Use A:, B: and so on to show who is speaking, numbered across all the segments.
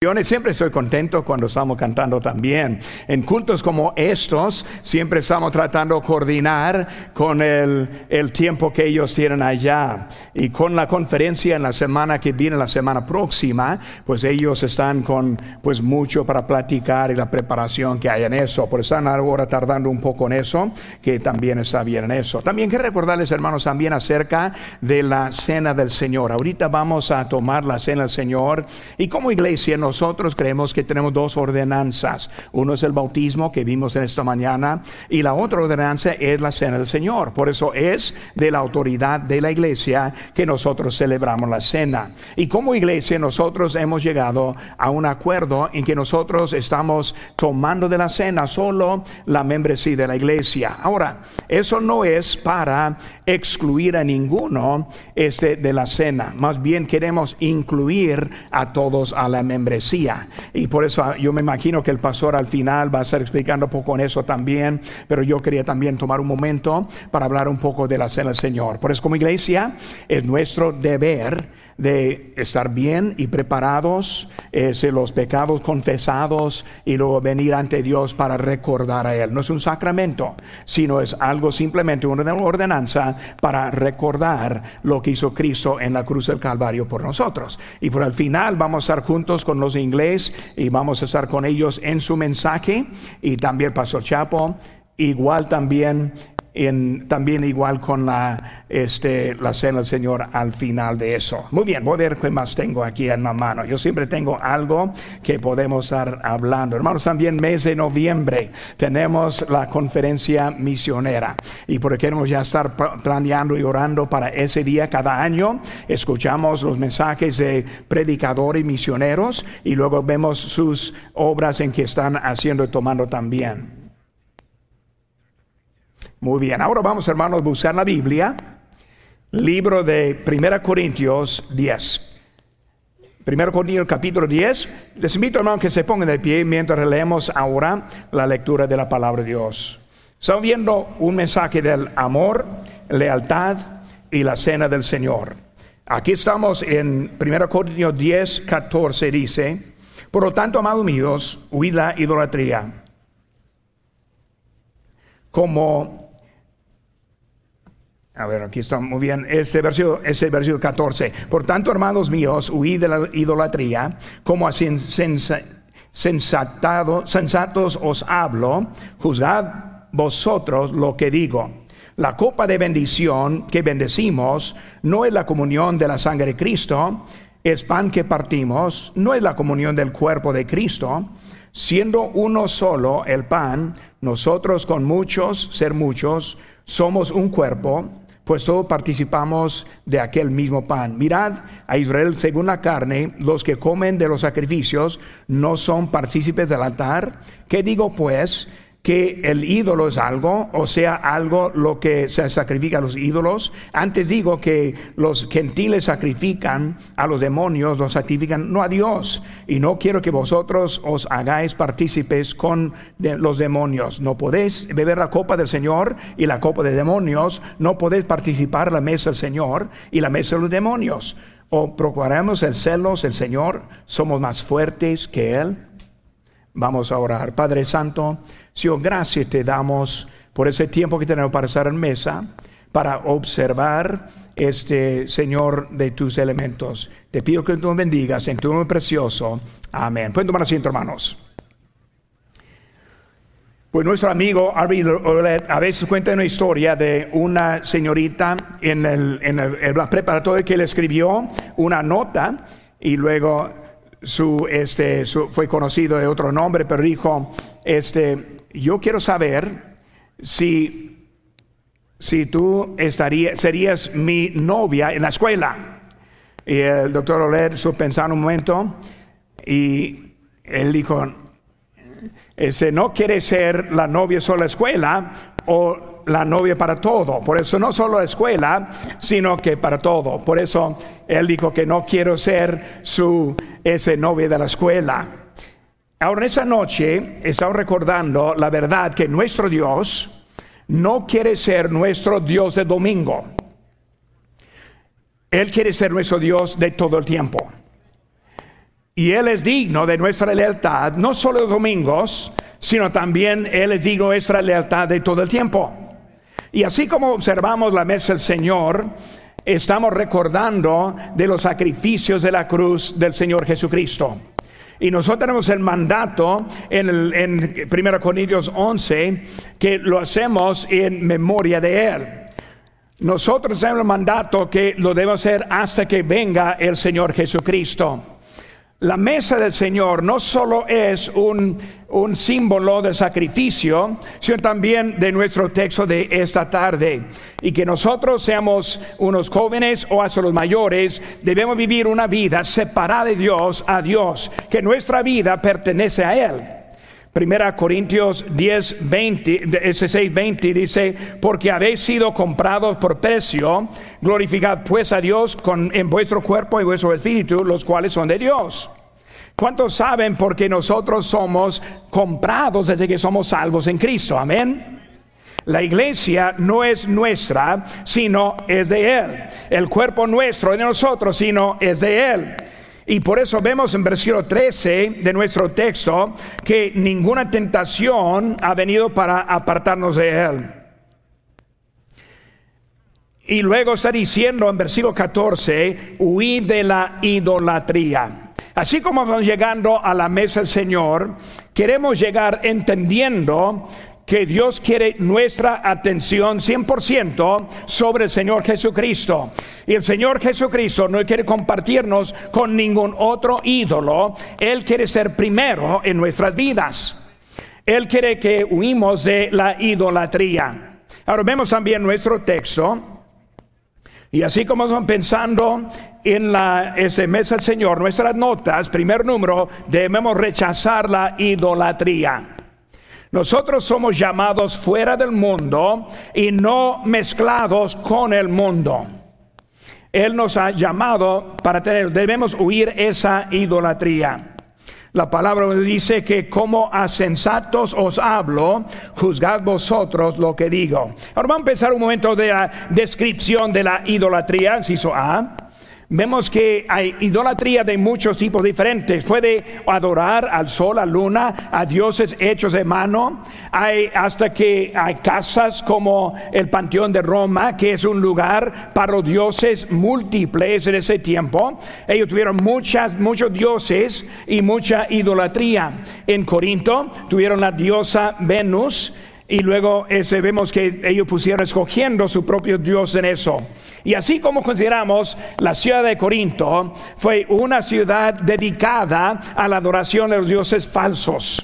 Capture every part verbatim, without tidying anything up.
A: Yo siempre estoy contento cuando estamos cantando también. En cultos como estos, siempre estamos tratando de coordinar con el, el tiempo que ellos tienen allá. Y con la conferencia en la semana que viene, la semana próxima, pues ellos están con pues mucho para platicar y la preparación que hay en eso. Por eso están ahora tardando un poco en eso, que también está bien en eso. También quiero recordarles, hermanos, también acerca de la Cena del Señor. Ahorita vamos a tomar la Cena del Señor y como iglesia nos Nosotros creemos que tenemos dos ordenanzas. Uno es el bautismo que vimos en esta mañana y la otra ordenanza es la Cena del Señor. Por eso es de la autoridad de la iglesia que nosotros celebramos la cena. Y como iglesia nosotros hemos llegado a un acuerdo en que nosotros estamos tomando de la cena solo la membresía de la iglesia. Ahora, eso no es para excluir a ninguno este, de la cena. Más bien queremos incluir a todos a la membresía. Y por eso yo me imagino que el pastor al final va a estar explicando un poco en eso también, pero yo quería también tomar un momento para hablar un poco de la Cena del Señor. Por eso como iglesia es nuestro deber de estar bien y preparados, eh, los pecados confesados y luego venir ante Dios para recordar a Él. No es un sacramento, sino es algo simplemente una ordenanza para recordar lo que hizo Cristo en la cruz del Calvario por nosotros. Y por el final vamos a estar juntos con los inglés y vamos a estar con ellos en su mensaje y también Pastor Chapo, igual también En, también igual con la, este, la Cena del Señor al final de eso. Muy bien, voy a ver qué más tengo aquí en la mano. Yo siempre tengo algo que podemos estar hablando. Hermanos, también mes de noviembre tenemos la conferencia misionera y porque queremos ya estar planeando y orando para ese día. Cada año escuchamos los mensajes de predicadores y misioneros y luego vemos sus obras en que están haciendo y tomando también. Muy bien, ahora vamos, hermanos, a buscar la Biblia, libro de primera Corintios diez. primera Corintios capítulo diez. Les invito, hermanos, que se pongan de pie mientras leemos ahora la lectura de la palabra de Dios. Estamos viendo un mensaje del amor, lealtad y la cena del Señor. Aquí estamos en primera Corintios diez, catorce, dice: por lo tanto, amados míos, huid la idolatría. Como A ver, aquí está muy bien. Este versículo, este versículo catorce. Por tanto, hermanos míos, huid de la idolatría. Como a sens- sensatado, sensatos os hablo, juzgad vosotros lo que digo. La copa de bendición que bendecimos no es la comunión de la sangre de Cristo, es pan que partimos, no es la comunión del cuerpo de Cristo. Siendo uno solo el pan, nosotros con muchos, ser muchos, somos un cuerpo, pues todos participamos de aquel mismo pan. Mirad a Israel según la carne, los que comen de los sacrificios no son partícipes del altar. ¿Qué digo pues? Que el ídolo es algo, o sea, algo lo que se sacrifica a los ídolos. Antes digo que los gentiles sacrifican a los demonios, los sacrifican no a Dios. Y no quiero que vosotros os hagáis partícipes con de los demonios. No podéis beber la copa del Señor y la copa de demonios. No podéis participar en la mesa del Señor y la mesa de los demonios. O procuramos el celos del Señor, somos más fuertes que Él. Vamos a orar. Padre Santo, Señor, gracias te damos por ese tiempo que tenemos para estar en mesa, para observar este Señor de tus elementos. Te pido que tú nos bendigas en tu nombre precioso. Amén. Pueden tomar asiento, hermanos. Pues nuestro amigo Harvey Olet a veces cuenta una historia de una señorita en, el, en, el, en la preparatoria que le escribió una nota y luego Su, este, su, fue conocido de otro nombre, pero dijo, este, yo quiero saber si, si tú estarías, serías mi novia en la escuela. Y el doctor Olet estuvo pensando un momento y él dijo, este, no quiere ser la novia solo en la escuela o la novia para todo. Por eso no solo la escuela, sino que para todo. Por eso él dijo que no quiero ser su ese novia de la escuela. Ahora, esa noche estamos recordando la verdad que nuestro Dios no quiere ser nuestro Dios de domingo. Él quiere ser nuestro Dios de todo el tiempo. Y Él es digno de nuestra lealtad, no solo los domingos, sino también Él es digno de nuestra lealtad de todo el tiempo. Y así como observamos la mesa del Señor, estamos recordando de los sacrificios de la cruz del Señor Jesucristo. Y nosotros tenemos el mandato en, el, en primera Corintios once, que lo hacemos en memoria de Él. Nosotros tenemos el mandato que lo debemos hacer hasta que venga el Señor Jesucristo. La mesa del Señor no solo es un, un símbolo de sacrificio, sino también de nuestro texto de esta tarde. Y que nosotros seamos unos jóvenes o hasta los mayores, debemos vivir una vida separada de Dios a Dios, que nuestra vida pertenece a Él. Primera Corintios diez, veinte, seis, veinte dice: porque habéis sido comprados por precio, glorificad pues a Dios con, en vuestro cuerpo y vuestro espíritu, los cuales son de Dios. ¿Cuántos saben por qué nosotros somos comprados desde que somos salvos en Cristo? Amén. La iglesia no es nuestra, sino es de Él. El cuerpo nuestro es de nosotros, sino es de Él. Y por eso vemos en versículo trece de nuestro texto que ninguna tentación ha venido para apartarnos de Él. Y luego está diciendo en versículo catorce: huid de la idolatría. Así como vamos llegando a la mesa del Señor, queremos llegar entendiendo que Dios quiere nuestra atención cien por ciento sobre el Señor Jesucristo. Y el Señor Jesucristo no quiere compartirnos con ningún otro ídolo. Él quiere ser primero en nuestras vidas. Él quiere que huimos de la idolatría. Ahora vemos también nuestro texto. Y así como estamos pensando en la ese mesa del Señor, nuestras notas, primer número, debemos rechazar la idolatría. Nosotros somos llamados fuera del mundo y no mezclados con el mundo. Él nos ha llamado para tener, debemos huir esa idolatría. La palabra dice que como a sensatos os hablo, juzgad vosotros lo que digo. Ahora vamos a empezar un momento de la descripción de la idolatría, inciso A. Vemos que hay idolatría de muchos tipos diferentes. Puede adorar al sol, a la luna, a dioses hechos de mano. Hay hasta que hay casas como el Panteón de Roma, que es un lugar para los dioses múltiples en ese tiempo. Ellos tuvieron muchas, muchos dioses y mucha idolatría. En Corinto tuvieron la diosa Venus. Y luego ese, vemos que ellos pusieron escogiendo su propio Dios en eso. Y así como consideramos, la ciudad de Corinto fue una ciudad dedicada a la adoración de los dioses falsos.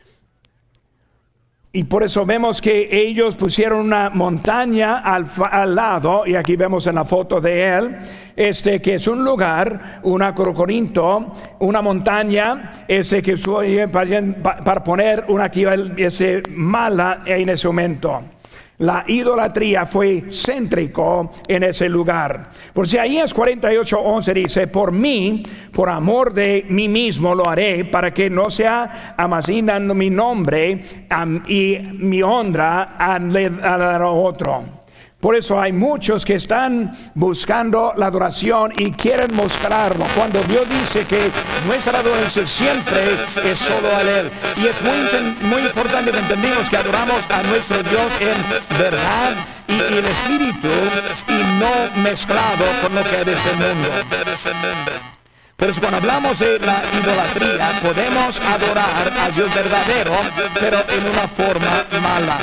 A: Y por eso vemos que ellos pusieron una montaña al, al lado, y aquí vemos en la foto de él, este que es un lugar, una Corinto, una montaña, ese que fue para, para poner una actividad ese mala en ese momento. La idolatría fue céntrico en ese lugar. Por si Isaías cuarenta y ocho, once dice: por mí, por amor de mí mismo lo haré, para que no sea amazinando mi nombre um, y mi honra a, a, a otro. Por eso hay muchos que están buscando la adoración y quieren mostrarlo, cuando Dios dice que nuestra adoración siempre es solo a Él. Y es muy, muy importante que entendamos que adoramos a nuestro Dios en verdad y, y en espíritu, y no mezclado con lo que es ese mundo. Por eso cuando hablamos de la idolatría, podemos adorar a Dios verdadero, pero en una forma mala.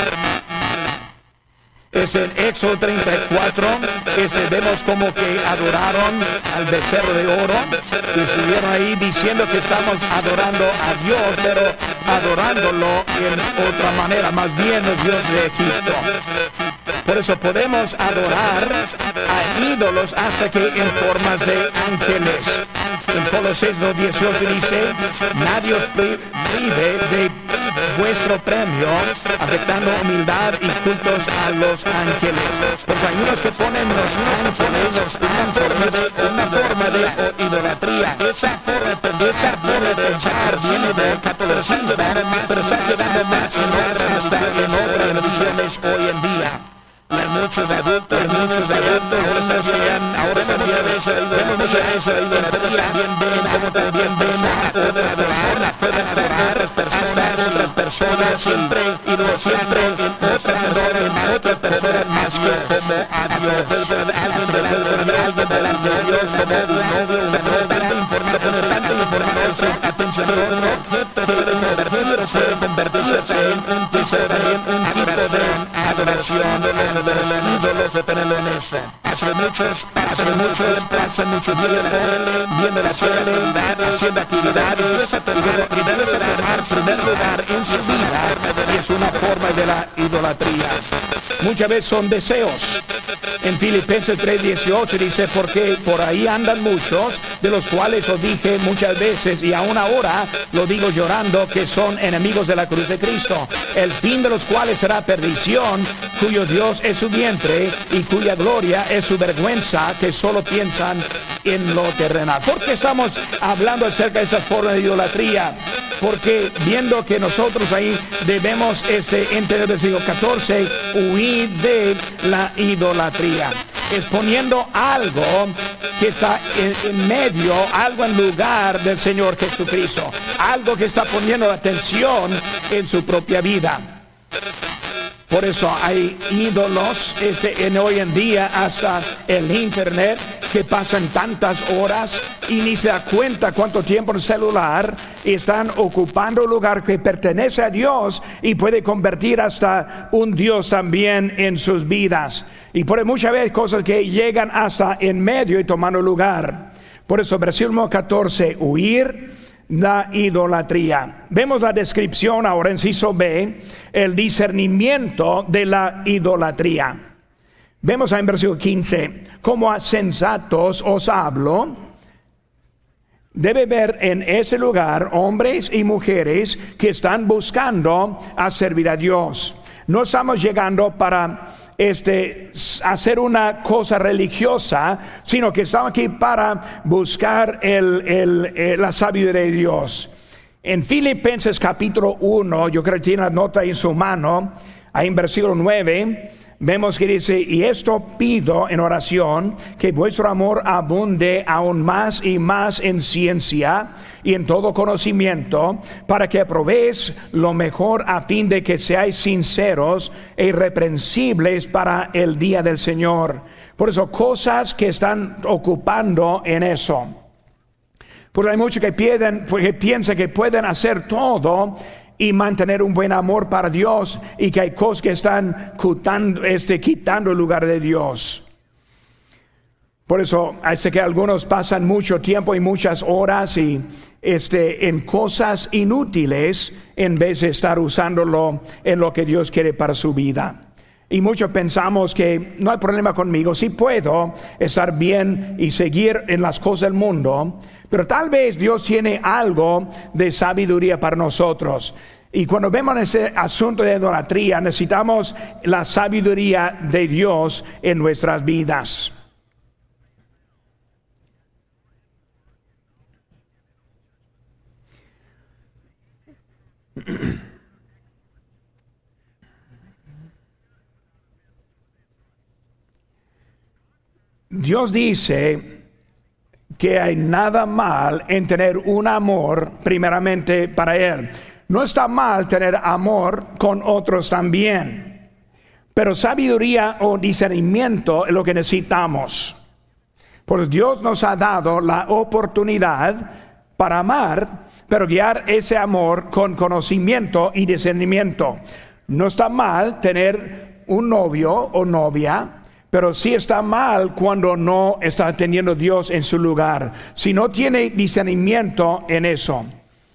A: Es en Éxodo treinta y cuatro, ese vemos como que adoraron al becerro de oro, y estuvieron ahí diciendo que estamos adorando a Dios, pero adorándolo en otra manera, más bien los dioses de Egipto. Por eso podemos adorar a ídolos hasta que en formas de ángeles. En Colosenses dos dieciocho dice: nadie os prive de vuestro premio, afectando humildad y cultos a los ángeles. Porque hay unos que ponen los ángeles, los ángeles, una forma de idolatría. Esa forma, esa forma de pensar viene del catolicismo, pero está quedando más en otras, hasta en otras religiones hoy en día. Hay muchos adultos, hay muchos adultos, ahora también, ahora también, vemos mucha esa idolatría, también ven, como también ven
B: puedes ver otras personas, otras personas siempre y no siempre en otras personas más que como a Dios. Alguien delante de alguien delante de Dios, como un novio, una novia, información, tanta información, atención, puede convertirse en un tipo de adoración de los ídolos, de tenerlo en eso. Hace muchos, hace muchos, pasan mucho tiempo viendo la serie, haciendo actividades, y debes tomar primer lugar en su vida, y es una forma de la idolatría. Muchas veces son deseos. En Filipenses tres dieciocho dice, porque por ahí andan muchos, de los cuales os dije muchas veces, y aún ahora lo digo llorando, que son enemigos de la cruz de Cristo, el fin de los cuales será perdición, cuyo Dios es su vientre, y cuya gloria es su vergüenza, que solo piensan en lo terrenal. ¿Por qué estamos hablando acerca de esas formas de idolatría? Porque viendo que nosotros ahí debemos este, entender el versículo catorce, huir de la idolatría, exponiendo algo que está en, en medio, algo en lugar del Señor Jesucristo, algo que está poniendo atención en su propia vida. Por eso hay ídolos este, en hoy en día, hasta el internet, que pasan tantas horas y ni se da cuenta cuánto tiempo en el celular están ocupando un lugar que pertenece a Dios y puede convertir hasta un Dios también en sus vidas. Y por muchas veces cosas que llegan hasta en medio y tomando lugar. Por eso versículo catorce, huir la idolatría. Vemos la descripción ahora, inciso B, el discernimiento de la idolatría. Vemos en versículo quince, como a sensatos os hablo, debe ver en ese lugar hombres y mujeres que están buscando a servir a Dios. No estamos llegando para este, hacer una cosa religiosa, sino que estamos aquí para buscar el, el, el, la sabiduría de Dios. En Filipenses capítulo uno, yo creo que tiene la nota en su mano, ahí en versículo nueve, vemos que dice, y esto pido en oración, que vuestro amor abunde aún más y más en ciencia y en todo conocimiento, para que aprobéis lo mejor a fin de que seáis sinceros e irreprensibles para el día del Señor. Por eso, cosas que están ocupando en eso. Porque hay muchos que, piden, que piensan que pueden hacer todo y mantener un buen amor para Dios, y que hay cosas que están quitando, este, quitando el lugar de Dios. Por eso hace que algunos pasan mucho tiempo y muchas horas y, este, en cosas inútiles en vez de estar usándolo en lo que Dios quiere para su vida. Y muchos pensamos que no hay problema conmigo, sí puedo estar bien y seguir en las cosas del mundo, pero tal vez Dios tiene algo de sabiduría para nosotros. Y cuando vemos ese asunto de idolatría, necesitamos la sabiduría de Dios en nuestras vidas. Dios dice que hay nada mal en tener un amor primeramente para Él. No está mal tener amor con otros también, pero sabiduría o discernimiento es lo que necesitamos. Pues Dios nos ha dado la oportunidad para amar, pero guiar ese amor con conocimiento y discernimiento. No está mal tener un novio o novia, pero sí está mal cuando no está teniendo Dios en su lugar, si no tiene discernimiento en eso.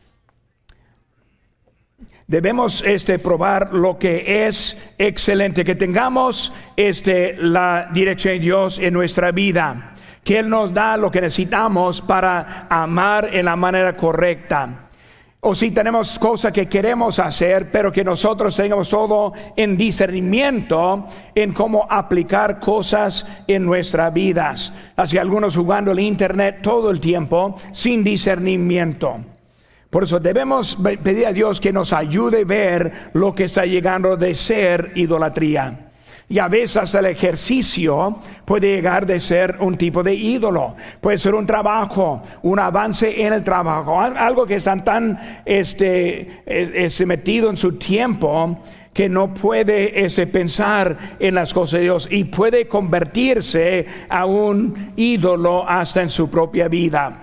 B: Debemos este, probar lo que es excelente, que tengamos este, la dirección de Dios en nuestra vida, que Él nos da lo que necesitamos para amar en la manera correcta. O si tenemos cosas que queremos hacer, pero que nosotros tengamos todo en discernimiento en cómo aplicar cosas en nuestras vidas. Así algunos jugando el internet todo el tiempo sin discernimiento. Por eso debemos pedir a Dios que nos ayude a ver lo que está llegando de ser idolatría.
A: Y a veces hasta el ejercicio puede llegar de ser un tipo de ídolo. Puede ser un trabajo, un avance en el trabajo, algo que están tan este, este, metido en su tiempo que no puede ese, pensar en las cosas de Dios, y puede convertirse a un ídolo hasta en su propia vida.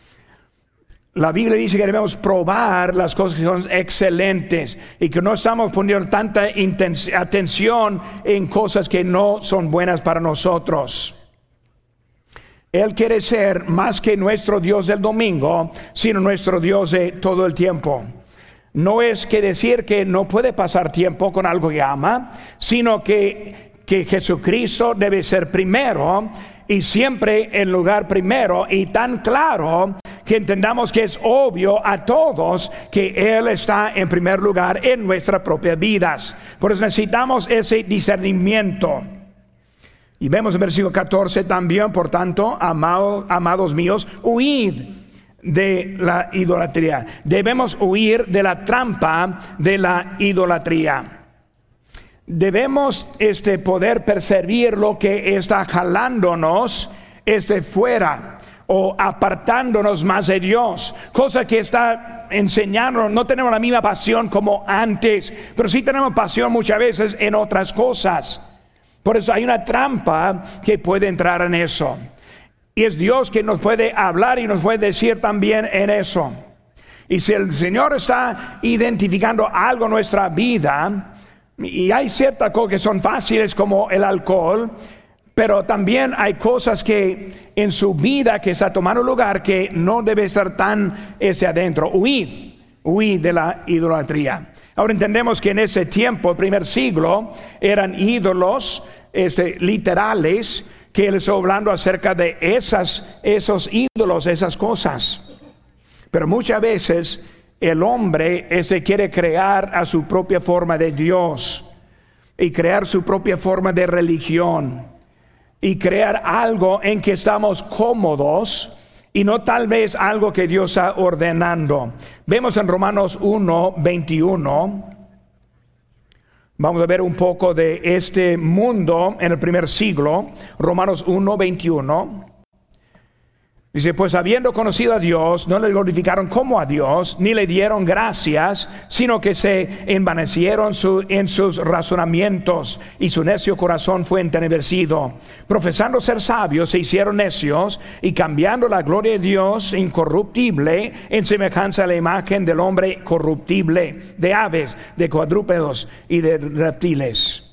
A: La Biblia dice que debemos probar las cosas que son excelentes y que no estamos poniendo tanta atención en cosas que no son buenas para nosotros. Él quiere ser más que nuestro Dios del domingo, sino nuestro Dios de todo el tiempo. No es que decir que no puede pasar tiempo con algo que ama, sino que, que Jesucristo debe ser primero y siempre en lugar primero, y tan claro que entendamos que es obvio a todos que Él está en primer lugar en nuestras propias vidas. Por eso necesitamos ese discernimiento. Y vemos en versículo catorce también: por tanto, amado, amados míos, huid de la idolatría. Debemos huir de la trampa de la idolatría. Debemos este, poder percibir lo que está jalándonos este, fuera o apartándonos más de Dios, cosa que está enseñando. No tenemos la misma pasión como antes, pero sí tenemos pasión muchas veces en otras cosas. Por eso hay una trampa que puede entrar en eso, y es Dios que nos puede hablar y nos puede decir también en eso. Y si el Señor está identificando algo en nuestra vida, y hay ciertas cosas que son fáciles como el alcohol, pero también hay cosas que en su vida que está tomando lugar que no debe estar tan ese adentro. Huid, huid de la idolatría. Ahora entendemos que en ese tiempo, el primer siglo, eran ídolos este, literales, que él está hablando acerca de esas, esos ídolos, esas cosas. Pero muchas veces el hombre ese quiere crear a su propia forma de Dios, y crear su propia forma de religión, y crear algo en que estamos cómodos y no tal vez algo que Dios está ordenando. Vemos en Romanos uno veintiuno. Vamos a ver un poco de este mundo en el primer siglo. Romanos uno veintiuno. Dice: pues habiendo conocido a Dios, no le glorificaron como a Dios, ni le dieron gracias, sino que se envanecieron su, en sus razonamientos, y su necio corazón fue entenebrecido. Profesando ser sabios, se hicieron necios, y cambiando la gloria de Dios incorruptible en semejanza a la imagen del hombre corruptible, de aves, de cuadrúpedos y de reptiles.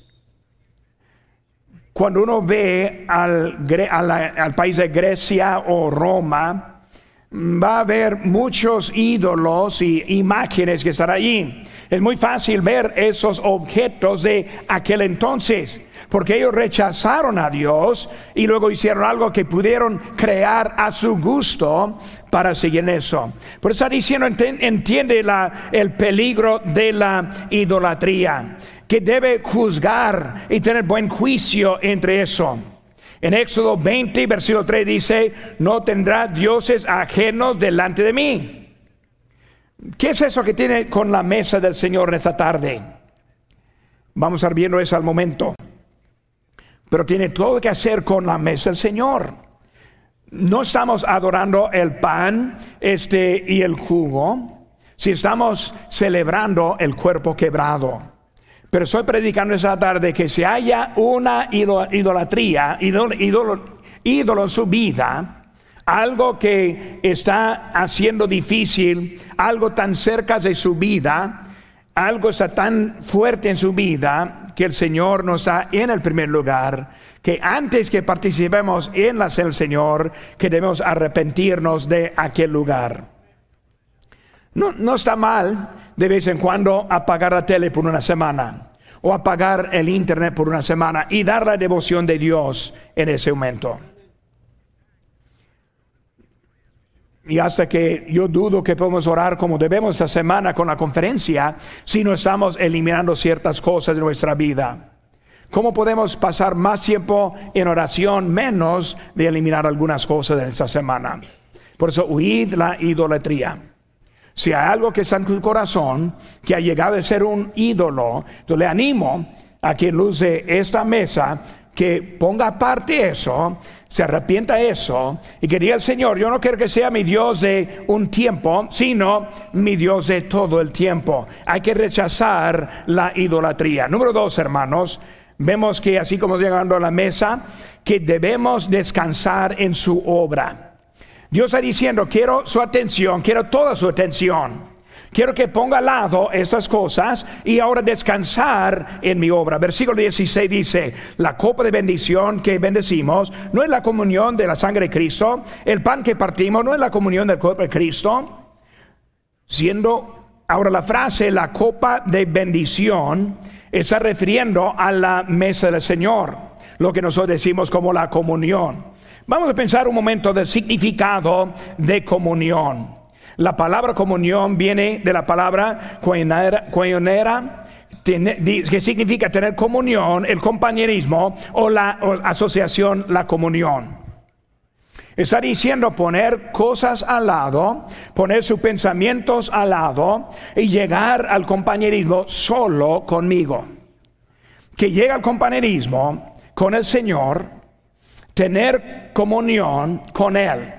A: Cuando uno ve al, al, al país de Grecia o Roma, va a haber muchos ídolos y imágenes que están allí. Es muy fácil ver esos objetos de aquel entonces, porque ellos rechazaron a Dios y luego hicieron algo que pudieron crear a su gusto para seguir en eso. Por eso está diciendo, entiende la, el peligro de la idolatría, que debe juzgar y tener buen juicio entre eso. En Éxodo veinte, versículo tres dice: no tendrá dioses ajenos delante de mí. ¿Qué es eso que tiene con la mesa del Señor en esta tarde? Vamos a estar viendo eso al momento. Pero tiene todo que hacer con la mesa del Señor. No estamos adorando el pan este, y el jugo, si estamos celebrando el cuerpo quebrado. Pero estoy predicando esta tarde que si haya una idolatría, ídolo, ídolo, ídolo en su vida, algo que está haciendo difícil, algo tan cerca de su vida, algo está tan fuerte en su vida, que el Señor nos está en el primer lugar, que antes que participemos en la cena del Señor, que debemos arrepentirnos de aquel lugar. No, no está mal de vez en cuando apagar la tele por una semana, o apagar el internet por una semana y dar la devoción de Dios en ese momento. Y hasta que yo dudo que podemos orar como debemos esta semana con la conferencia, si no estamos eliminando ciertas cosas de nuestra vida. ¿Cómo podemos pasar más tiempo en oración, menos de eliminar algunas cosas de esta semana? Por eso, huid la idolatría. Si hay algo que está en tu corazón que ha llegado a ser un ídolo, entonces le animo a quien luce esta mesa, que ponga aparte eso, se arrepienta eso y que diga al Señor: yo no quiero que sea mi Dios de un tiempo, sino mi Dios de todo el tiempo. Hay que rechazar la idolatría. Número dos, hermanos, vemos que así como llegando a la mesa, que debemos descansar en su obra. Dios está diciendo: quiero su atención, quiero toda su atención. Quiero que ponga al lado esas cosas y ahora descansar en mi obra. Versículo dieciséis dice: la copa de bendición que bendecimos no es la comunión de la sangre de Cristo. El pan que partimos no es la comunión del cuerpo de Cristo. Siendo ahora la frase la copa de bendición está refiriendo a la mesa del Señor, lo que nosotros decimos como la comunión. Vamos a pensar un momento del significado de comunión. La palabra comunión viene de la palabra koinera, koinera, que significa tener comunión, el compañerismo o la o asociación, la comunión. Está diciendo poner cosas al lado, poner sus pensamientos al lado y llegar al compañerismo solo conmigo. Que llegue al compañerismo con el Señor, tener comunión con Él.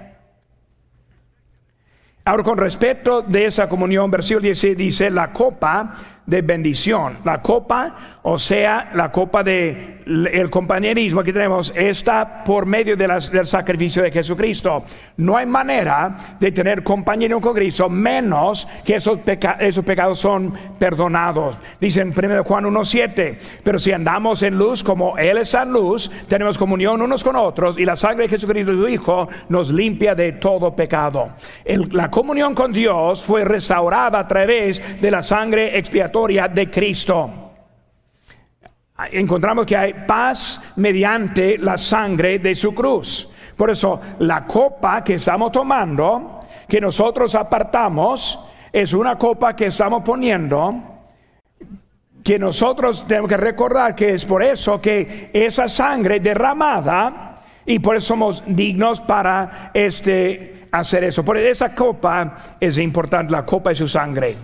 A: Ahora, con respecto de esa comunión, versículo dieciséis dice: la copa de bendición. La copa, o sea, la copa de el compañerismo que tenemos, está por medio de las, del sacrificio de Jesucristo. No hay manera de tener compañerismo con Cristo menos que esos, peca, esos pecados son perdonados. Dice en primera Juan uno siete: pero si andamos en luz como Él está en luz, tenemos comunión unos con otros, y la sangre de Jesucristo su Hijo nos limpia de todo pecado. El, la comunión con Dios fue restaurada a través de la sangre expiatoria de Cristo. Encontramos que hay paz mediante la sangre de su cruz. Por eso la copa que estamos tomando, que nosotros apartamos, es una copa que estamos poniendo, que nosotros tenemos que recordar que es por eso que esa sangre derramada, y por eso somos dignos para este, hacer eso. Por esa copa es importante, la copa de su sangre.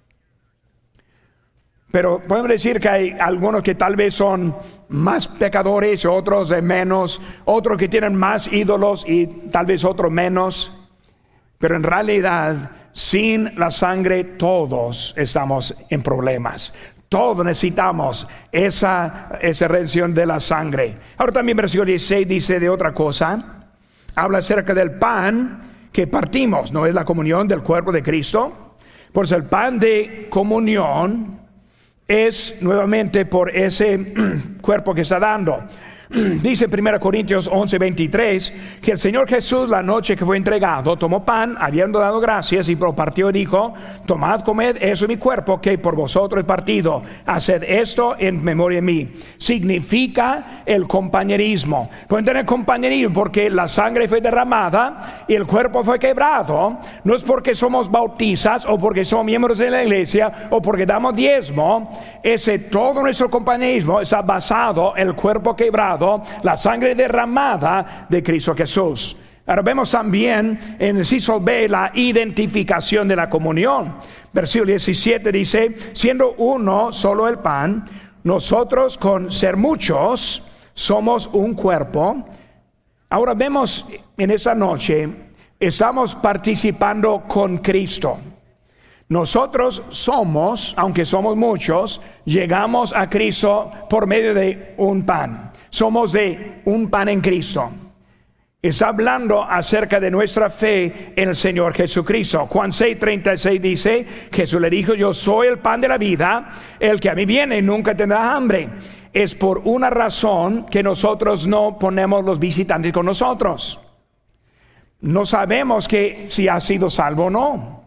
A: Pero podemos decir que hay algunos que tal vez son más pecadores, otros de menos, otros que tienen más ídolos y tal vez otros menos. Pero en realidad, sin la sangre todos estamos en problemas. Todos necesitamos esa, esa redención de la sangre. Ahora también versículo dieciséis dice de otra cosa. Habla acerca del pan que partimos. No es la comunión del cuerpo de Cristo. Por eso el pan de comunión es nuevamente por ese cuerpo que está dando. Dice en primera Corintios once veintitrés que el Señor Jesús, la noche que fue entregado, tomó pan, habiendo dado gracias, y lo partió y dijo: tomad, comed, eso es mi cuerpo que por vosotros es partido, haced esto en memoria de mí. Significa el compañerismo. Pueden tener compañerismo porque la sangre fue derramada y el cuerpo fue quebrado. No es porque somos bautistas o porque somos miembros de la iglesia o porque damos diezmo. Ese todo nuestro compañerismo está basado en el cuerpo quebrado, la sangre derramada de Cristo Jesús. Ahora vemos también en el inciso B la identificación de la comunión. Versículo diecisiete dice: siendo uno solo el pan, nosotros con ser muchos somos un cuerpo. Ahora vemos en esta noche, estamos participando con Cristo. Nosotros somos, aunque somos muchos, llegamos a Cristo por medio de un pan. Somos de un pan en Cristo. Está hablando acerca de nuestra fe en el Señor Jesucristo. Juan seis treinta y seis dice: Jesús le dijo: yo soy el pan de la vida, el que a mí viene nunca tendrá hambre. Es por una razón que nosotros no ponemos los visitantes con nosotros. No sabemos que si ha sido salvo o no.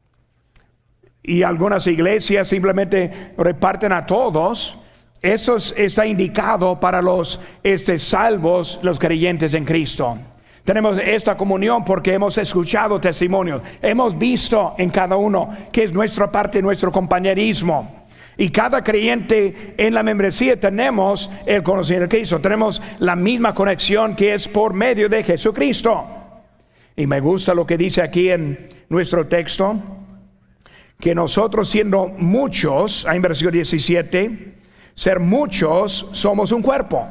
A: Y algunas iglesias simplemente reparten a todos. Eso está indicado para los este, salvos, los creyentes en Cristo. Tenemos esta comunión porque hemos escuchado testimonios, hemos visto en cada uno que es nuestra parte, nuestro compañerismo. Y cada creyente en la membresía tenemos el conocimiento de Cristo, tenemos la misma conexión que es por medio de Jesucristo. Y me gusta lo que dice aquí en nuestro texto, que nosotros siendo muchos, en versículo diecisiete, ser muchos, somos un cuerpo.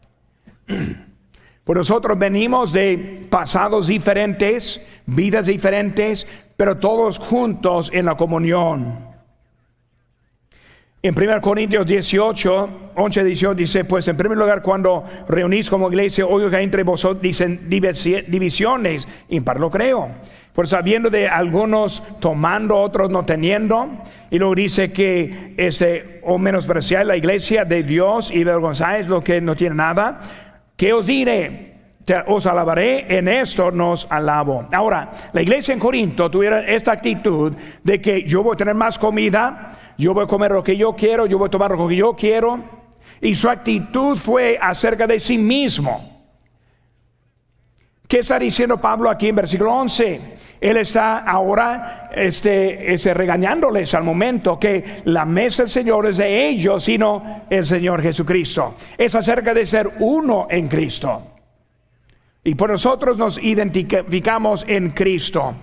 A: Pues nosotros venimos de pasados diferentes, vidas diferentes, pero todos juntos en la comunión. En primera Corintios dieciocho, once a dieciocho dice, pues en primer lugar cuando reunís como iglesia, oigo que entre vosotros dicen divisiones, y en parte lo creo. Pues sabiendo de algunos tomando, otros no teniendo, y luego dice que este, o menospreciáis la iglesia de Dios y avergonzáis lo que no tiene nada. ¿Qué os diré? Te, os alabaré, en esto nos alabo. Ahora, la iglesia en Corinto tuviera esta actitud de que yo voy a tener más comida, yo voy a comer lo que yo quiero, yo voy a tomar lo que yo quiero. Y su actitud fue acerca de sí mismo. ¿Qué está diciendo Pablo aquí en versículo once? Él está ahora este, este, regañándoles al momento que la mesa del Señor es de ellos, sino el Señor Jesucristo. Es acerca de ser uno en Cristo. Y por nosotros nos identificamos en Cristo.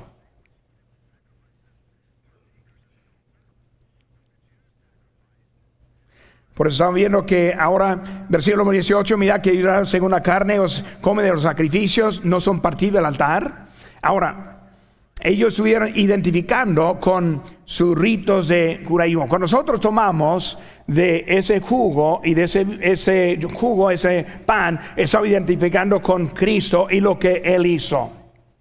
A: Por eso estamos viendo que ahora, versículo dieciocho, mirad que Israel según la carne os come de los sacrificios, no son partidos del altar. Ahora, ellos estuvieron identificando con sus ritos de judaísmo. Cuando nosotros tomamos de ese jugo y de ese, ese jugo, ese pan, estamos identificando con Cristo y lo que Él hizo.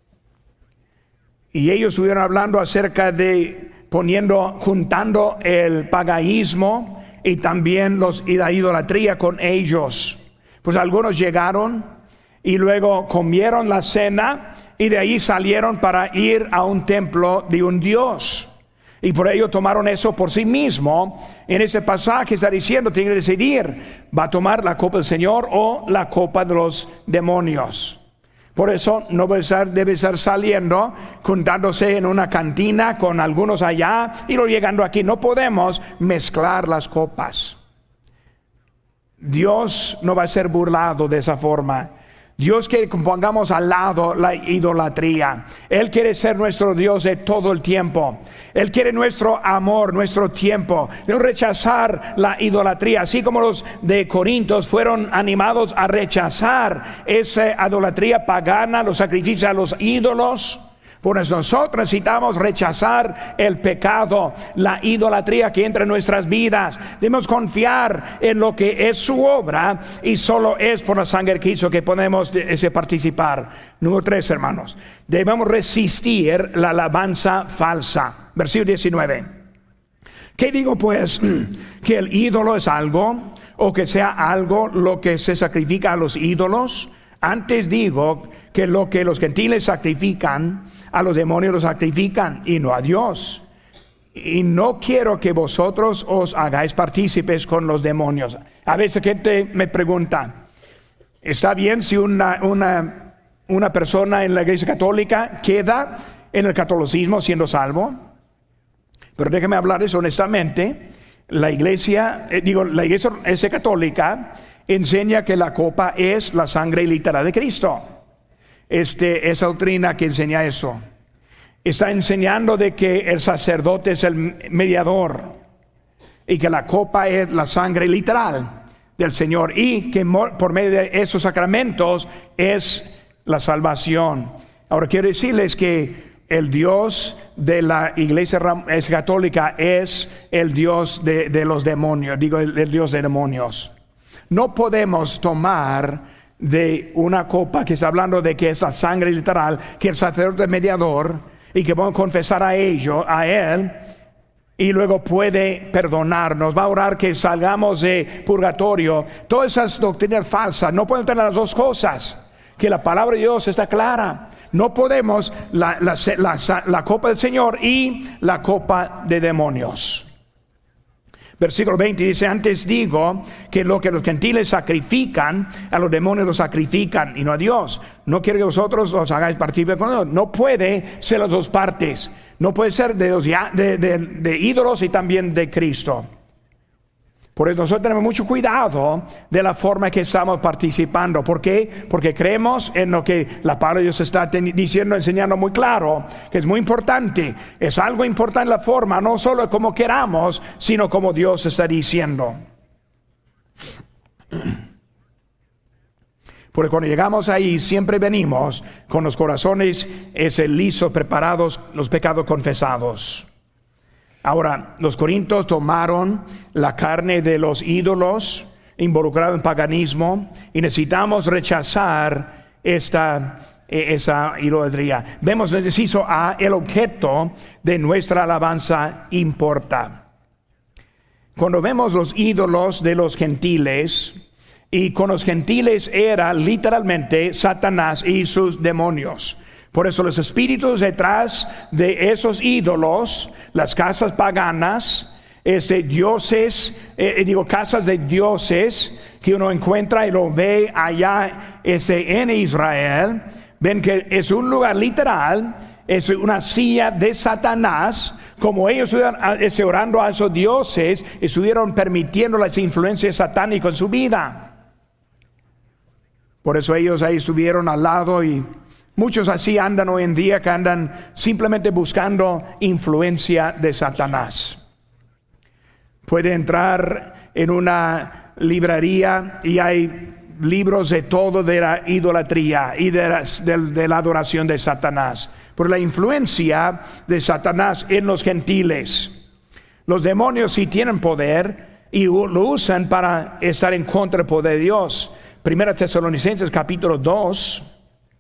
A: Y ellos estuvieron hablando acerca de poniendo, juntando el paganismo y también los, y la idolatría con ellos. Pues algunos llegaron y luego comieron la cena y de ahí salieron para ir a un templo de un dios. Y por ello tomaron eso por sí mismo. En ese pasaje está diciendo, tiene que decidir, ¿va a tomar la copa del Señor o la copa de los demonios? Por eso no debe estar, debe estar saliendo, juntándose en una cantina con algunos allá y luego llegando aquí. No podemos mezclar las copas. Dios no va a ser burlado de esa forma. Dios quiere que pongamos al lado la idolatría. Él quiere ser nuestro Dios de todo el tiempo. Él quiere nuestro amor, nuestro tiempo. No rechazar la idolatría. Así como los de Corintios fueron animados a rechazar esa idolatría pagana, los sacrificios a los ídolos. Pues nosotros necesitamos rechazar el pecado, la idolatría que entra en nuestras vidas. Debemos confiar en lo que es su obra y solo es por la sangre que hizo que podemos ese participar. Número tres, hermanos, debemos resistir la alabanza falsa. Versículo diecinueve. ¿Qué digo pues? ¿Que el ídolo es algo o que sea algo lo que se sacrifica a los ídolos? Antes digo que lo que los gentiles sacrifican a los demonios los sacrifican y no a Dios. Y no quiero que vosotros os hagáis partícipes con los demonios. A veces gente me pregunta, ¿está bien si una, una, una persona en la iglesia católica queda en el catolicismo siendo salvo? Pero déjeme hablarles honestamente. La iglesia, eh, digo, la iglesia esa católica enseña que la copa es la sangre literal de Cristo. Este, esa doctrina que enseña eso está enseñando de que el sacerdote es el mediador y que la copa es la sangre literal del Señor y que por medio de esos sacramentos es la salvación. Ahora quiero decirles que el Dios de la iglesia católica es el Dios de, de los demonios, digo el, el Dios de demonios. No podemos tomar de una copa que está hablando de que es la sangre literal, que el sacerdote mediador y que vamos a confesar a ello, a él, y luego puede perdonarnos, va a orar que salgamos de purgatorio. Todas esas doctrinas falsas no pueden tener las dos cosas, que la palabra de Dios está clara. No podemos la, la, la, la copa del Señor y la copa de demonios. Versículo veinte dice, antes digo que lo que los gentiles sacrifican, a los demonios los sacrifican y no a Dios. No quiero que vosotros os hagáis partícipes con Dios. No puede ser las dos partes. No puede ser de, los, de, de, de ídolos y también de Cristo. Por eso nosotros tenemos mucho cuidado de la forma que estamos participando. ¿Por qué? Porque creemos en lo que la palabra de Dios está diciendo, enseñando muy claro, que es muy importante. Es algo importante la forma, no solo como queramos, sino como Dios está diciendo. Porque cuando llegamos ahí, siempre venimos con los corazones ese liso, preparados, los pecados confesados. Ahora, los corintios tomaron la carne de los ídolos involucrados en paganismo y necesitamos rechazar esta esa idolatría. Vemos en el inciso A, el objeto de nuestra alabanza importa. Cuando vemos los ídolos de los gentiles, y con los gentiles era literalmente Satanás y sus demonios. Por eso los espíritus detrás de esos ídolos, las casas paganas, este, dioses, eh, digo casas de dioses que uno encuentra y lo ve allá ese, en Israel, ven que es un lugar literal, es una silla de Satanás. Como ellos estuvieron orando a esos dioses, estuvieron permitiendo las influencias satánicas en su vida. Por eso ellos ahí estuvieron al lado, y muchos así andan hoy en día, que andan simplemente buscando influencia de Satanás. Puede entrar en una librería y hay libros de todo de la idolatría y de la, de, de la adoración de Satanás. Por la influencia de Satanás en los gentiles. Los demonios sí tienen poder y lo usan para estar en contra del poder de Dios. Primera Tesalonicenses capítulo dos,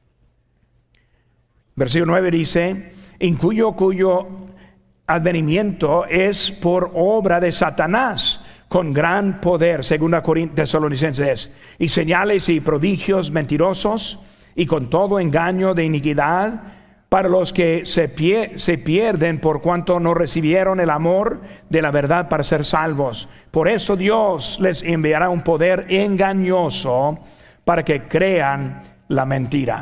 A: versículo nueve dice: en cuyo, cuyo advenimiento es por obra de Satanás, con gran poder, segunda Tesalonicenses, y señales y prodigios mentirosos, y con todo engaño de iniquidad, para los que se, pie, se pierden por cuanto no recibieron el amor de la verdad para ser salvos. Por eso Dios les enviará un poder engañoso para que crean la mentira.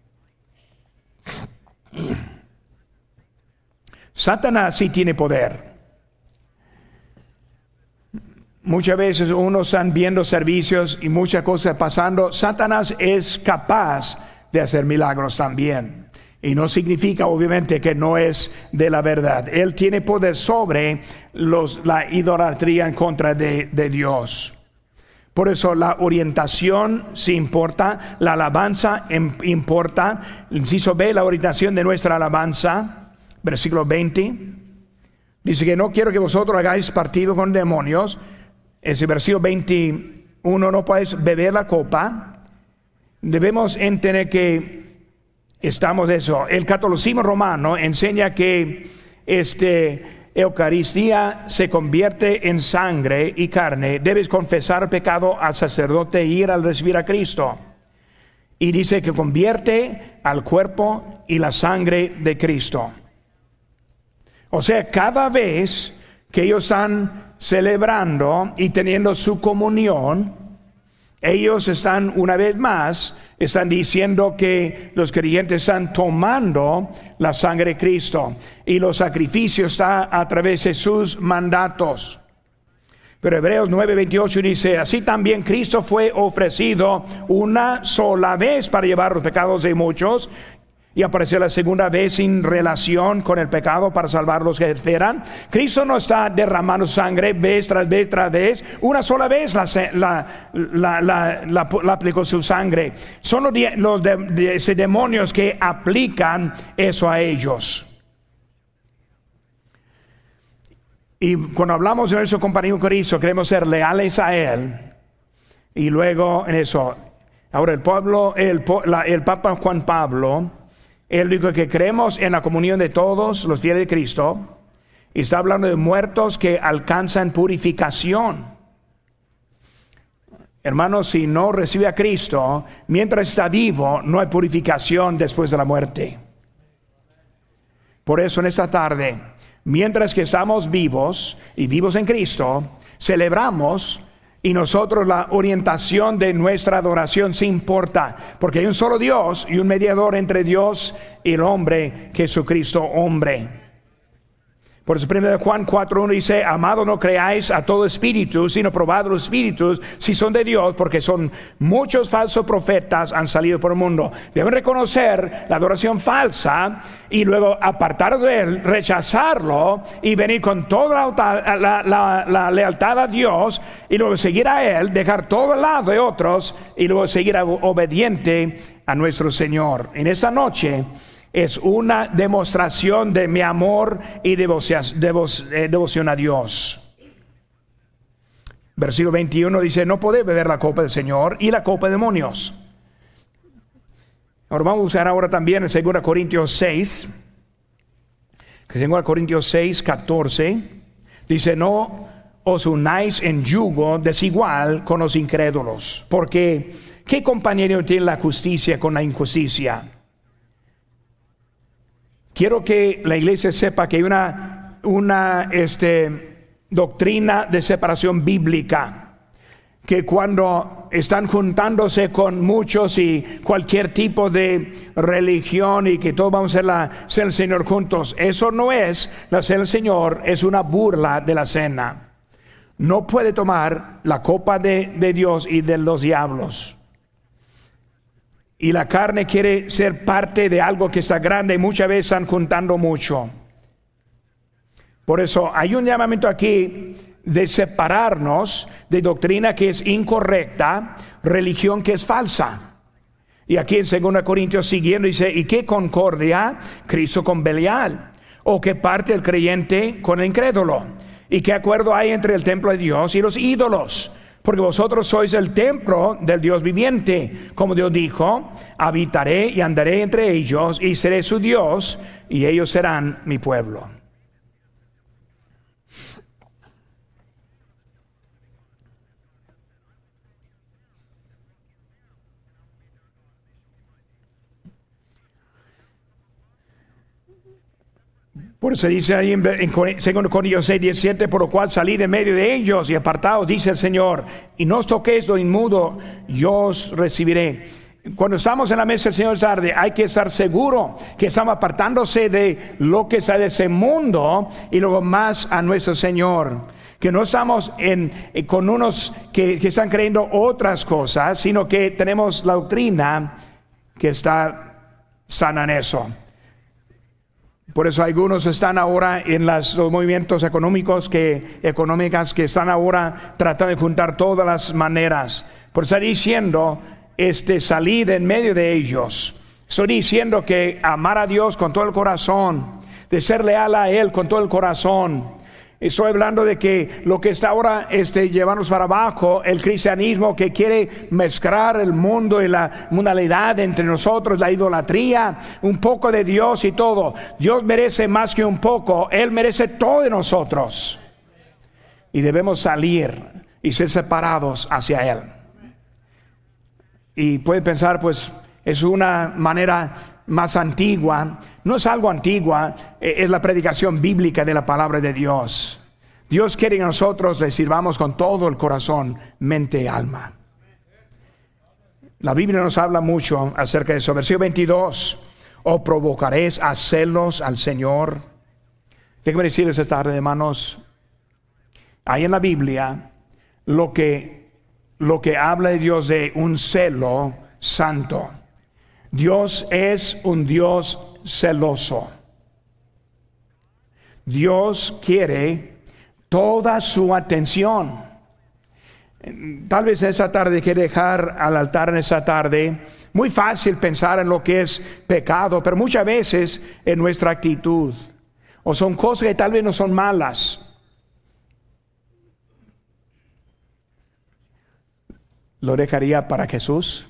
A: Satanás sí tiene poder. Muchas veces uno está viendo servicios y muchas cosas pasando. Satanás es capaz de hacer milagros también. Y no significa obviamente que no es de la verdad. Él tiene poder sobre los, la idolatría en contra de, de Dios. Por eso la orientación sí importa, la alabanza importa. Inciso B, la orientación de nuestra alabanza, versículo veinte. Dice que no quiero que vosotros hagáis partido con demonios. Ese versículo veintiuno, no podéis beber la copa. Debemos entender que estamos eso. El catolicismo romano enseña que este, Eucaristía se convierte en sangre y carne. Debes confesar pecado al sacerdote e ir al recibir a Cristo. Y dice que convierte al cuerpo y la sangre de Cristo. O sea, cada vez que ellos están celebrando y teniendo su comunión, ellos están una vez más, están diciendo que los creyentes están tomando la sangre de Cristo y los sacrificios están a través de sus mandatos. Pero Hebreos nueve veintiocho dice: así también Cristo fue ofrecido una sola vez para llevar los pecados de muchos, y apareció la segunda vez sin relación con el pecado para salvar los que esperan. Cristo no está derramando sangre vez tras vez tras vez. Una sola vez la, la, la, la, la, la aplicó su sangre. Son los, los de, de ese demonios que aplican eso a ellos. Y cuando hablamos de nuestro compañero Cristo, queremos ser leales a Él. Y luego en eso, ahora el pueblo, el, la, el Papa Juan Pablo, él dijo que creemos en la comunión de todos los fieles de Cristo. Y está hablando de muertos que alcanzan purificación. Hermanos, si no recibe a Cristo, mientras está vivo, no hay purificación después de la muerte. Por eso en esta tarde, mientras que estamos vivos y vivos en Cristo, celebramos. Y nosotros la orientación de nuestra adoración sí importa, porque hay un solo Dios y un mediador entre Dios y el hombre, Jesucristo hombre. Por eso primero de Juan cuatro uno dice: amado, no creáis a todo espíritu, sino probad los espíritus si son de Dios, porque son muchos falsos profetas han salido por el mundo. Deben reconocer la adoración falsa y luego apartar de él, rechazarlo y venir con toda la, la, la, la lealtad a Dios, y luego seguir a él, dejar todo el lado de otros y luego seguir obediente a nuestro Señor. En esta noche es una demostración de mi amor y devoción, devoción a Dios. Versículo veintiuno dice: no podéis beber la copa del Señor y la copa de demonios. Ahora vamos a usar ahora también en segunda Corintios seis, que segunda Corintios seis, catorce, dice: no os unáis en yugo desigual con los incrédulos, porque ¿qué compañero tiene la justicia con la injusticia? Quiero que la iglesia sepa que hay una, una este, doctrina de separación bíblica, que cuando están juntándose con muchos y cualquier tipo de religión y que todos vamos a ser, la, ser el Señor juntos, eso no es la cena del Señor, es una burla de la cena. No puede tomar la copa de, de Dios y de los diablos. Y la carne quiere ser parte de algo que está grande y muchas veces están juntando mucho. Por eso hay un llamamiento aquí de separarnos de doctrina que es incorrecta, religión que es falsa. Y aquí en segunda Corintios siguiendo dice: ¿y qué concordia Cristo con Belial? ¿O qué parte el creyente con el incrédulo? ¿Y qué acuerdo hay entre el templo de Dios y los ídolos? Porque vosotros sois el templo del Dios viviente. Como Dios dijo: habitaré y andaré entre ellos y seré su Dios y ellos serán mi pueblo. Por eso dice ahí en, en segunda Corintios seis, diecisiete: por lo cual salid de medio de ellos y apartaos, dice el Señor, y no os toquéis lo inmundo, yo os recibiré. Cuando estamos en la mesa del Señor tarde, hay que estar seguro que estamos apartándose de lo que está de ese mundo y luego más a nuestro Señor. Que no estamos en, eh, con unos que, que están creyendo otras cosas, sino que tenemos la doctrina que está sana en eso. Por eso algunos están ahora en las, los movimientos económicos que, económicas que están ahora tratando de juntar todas las maneras. Por estar diciendo, este, salir en medio de ellos. Estoy diciendo que amar a Dios con todo el corazón, de ser leal a Él con todo el corazón. Estoy hablando de que lo que está ahora este, llevándonos para abajo, el cristianismo que quiere mezclar el mundo y la mundanalidad entre nosotros, la idolatría, un poco de Dios y todo. Dios merece más que un poco, Él merece todo de nosotros. Y debemos salir y ser separados hacia Él. Y pueden pensar, pues, es una manera más antigua. No es algo antigua, es la predicación bíblica de la palabra de Dios. Dios quiere que nosotros le sirvamos con todo el corazón, mente y alma. La Biblia nos habla mucho acerca de eso. Versículo veintidós: ¿o provocaréis a celos al Señor? Déjenme decirles esta tarde, hermanos, ahí en la Biblia lo que, lo que habla de Dios de un celo santo. Dios es un Dios celoso. Dios quiere toda su atención. Tal vez esa tarde quiere dejar al altar en esa tarde. Muy fácil pensar en lo que es pecado, pero muchas veces en nuestra actitud. O son cosas que tal vez no son malas. ¿Lo dejaría para Jesús?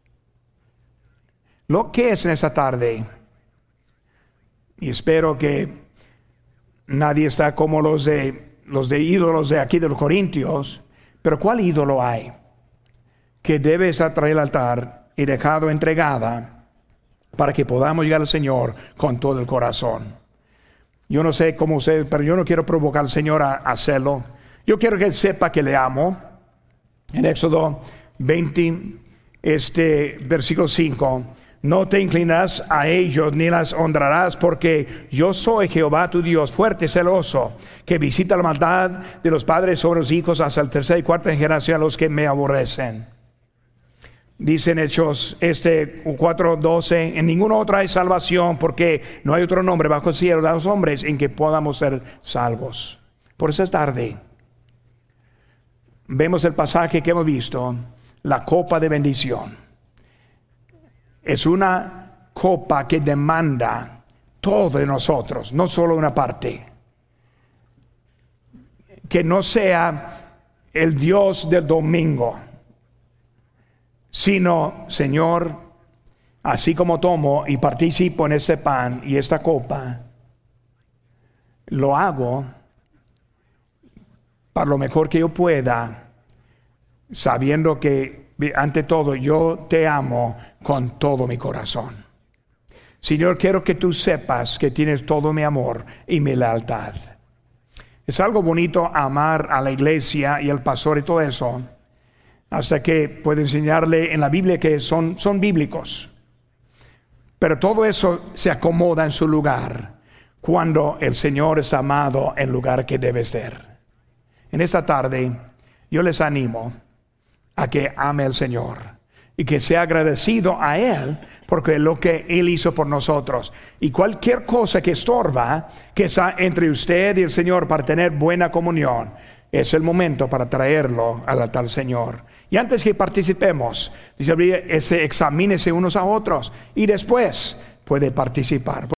A: Lo que es en esa tarde, y espero que nadie está como los de los de ídolos de aquí de los Corintios, pero ¿cuál ídolo hay que debe estar traído al altar y dejado entregada para que podamos llegar al Señor con todo el corazón? Yo no sé cómo usted, pero yo no quiero provocar al Señor a, a hacerlo. Yo quiero que Él sepa que le amo. En Éxodo veinte, este versículo cinco. No te inclinarás a ellos ni las honrarás, porque yo soy Jehová tu Dios, fuerte y celoso, que visita la maldad de los padres sobre los hijos hasta la tercera y cuarta generación a los que me aborrecen. Dicen Hechos este cuatro doce, en ninguna otra hay salvación, porque no hay otro nombre bajo el cielo de los hombres en que podamos ser salvos. Por eso es tarde. Vemos el pasaje que hemos visto, la copa de bendición. Es una copa que demanda todo de nosotros, no solo una parte. Que no sea el Dios del domingo, sino, Señor, así como tomo y participo en este pan y esta copa, lo hago para lo mejor que yo pueda, sabiendo que ante todo yo te amo con todo mi corazón. Señor, quiero que tú sepas que tienes todo mi amor y mi lealtad. Es algo bonito amar a la iglesia y al pastor y todo eso, hasta que puedo enseñarle en la Biblia que son, son bíblicos. Pero todo eso se acomoda en su lugar cuando el Señor está amado en el lugar que debe ser. En esta tarde yo les animo a que ame al Señor y que sea agradecido a Él porque lo que Él hizo por nosotros. Y cualquier cosa que estorba, que está entre usted y el Señor para tener buena comunión, es el momento para traerlo al altar del Señor. Y antes que participemos, dice, examínese unos a otros y después puede participar.